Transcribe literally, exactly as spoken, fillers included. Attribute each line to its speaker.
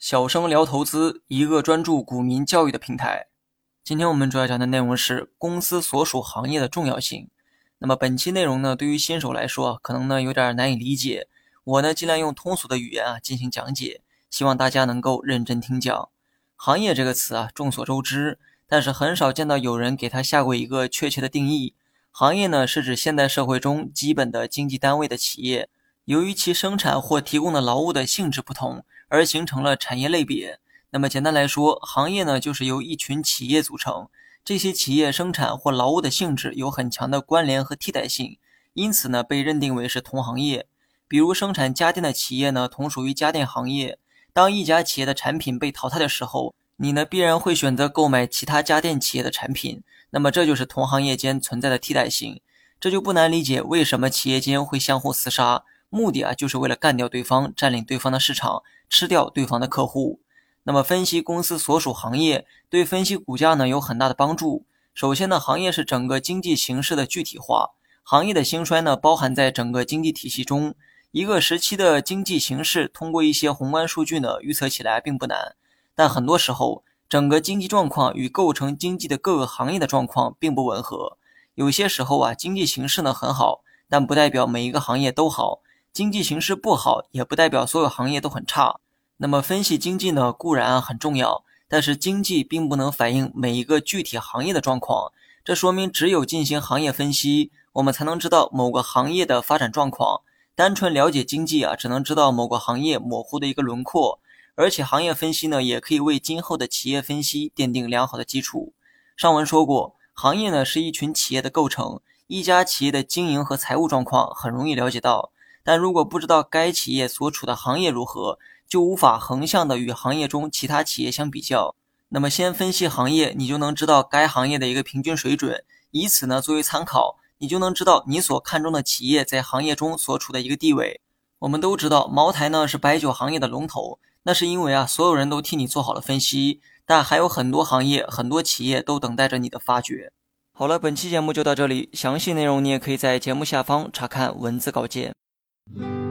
Speaker 1: 小生聊投资，一个专注股民教育的平台。今天我们主要讲的内容是公司所属行业的重要性。那么本期内容呢，对于新手来说，可能呢有点难以理解。我呢尽量用通俗的语言啊进行讲解，希望大家能够认真听讲。行业这个词啊，众所周知，但是很少见到有人给它下过一个确切的定义。行业呢是指现代社会中基本的经济单位的企业，由于其生产或提供的劳务的性质不同，而形成了产业类别。那么简单来说，行业呢就是由一群企业组成，这些企业生产或劳务的性质有很强的关联和替代性，因此呢被认定为是同行业。比如生产家电的企业呢同属于家电行业，当一家企业的产品被淘汰的时候，你呢必然会选择购买其他家电企业的产品，那么这就是同行业间存在的替代性。这就不难理解为什么企业间会相互厮杀，目的啊就是为了干掉对方，占领对方的市场，吃掉对方的客户。那么分析公司所属行业对分析股价呢有很大的帮助。首先呢，行业是整个经济形势的具体化，行业的兴衰呢包含在整个经济体系中。一个时期的经济形势通过一些宏观数据呢预测起来并不难，但很多时候整个经济状况与构成经济的各个行业的状况并不吻合。有些时候啊，经济形势呢很好，但不代表每一个行业都好，经济形势不好也不代表所有行业都很差。那么分析经济呢固然很重要，但是经济并不能反映每一个具体行业的状况，这说明只有进行行业分析，我们才能知道某个行业的发展状况。单纯了解经济啊，只能知道某个行业模糊的一个轮廓，而且行业分析呢也可以为今后的企业分析奠定良好的基础。上文说过，行业呢是一群企业的构成，一家企业的经营和财务状况很容易了解到，但如果不知道该企业所处的行业如何，就无法横向的与行业中其他企业相比较。那么先分析行业，你就能知道该行业的一个平均水准，以此呢作为参考，你就能知道你所看中的企业在行业中所处的一个地位。我们都知道茅台呢是白酒行业的龙头，那是因为啊所有人都替你做好了分析，但还有很多行业很多企业都等待着你的发掘。好了，本期节目就到这里，详细内容你也可以在节目下方查看文字稿件。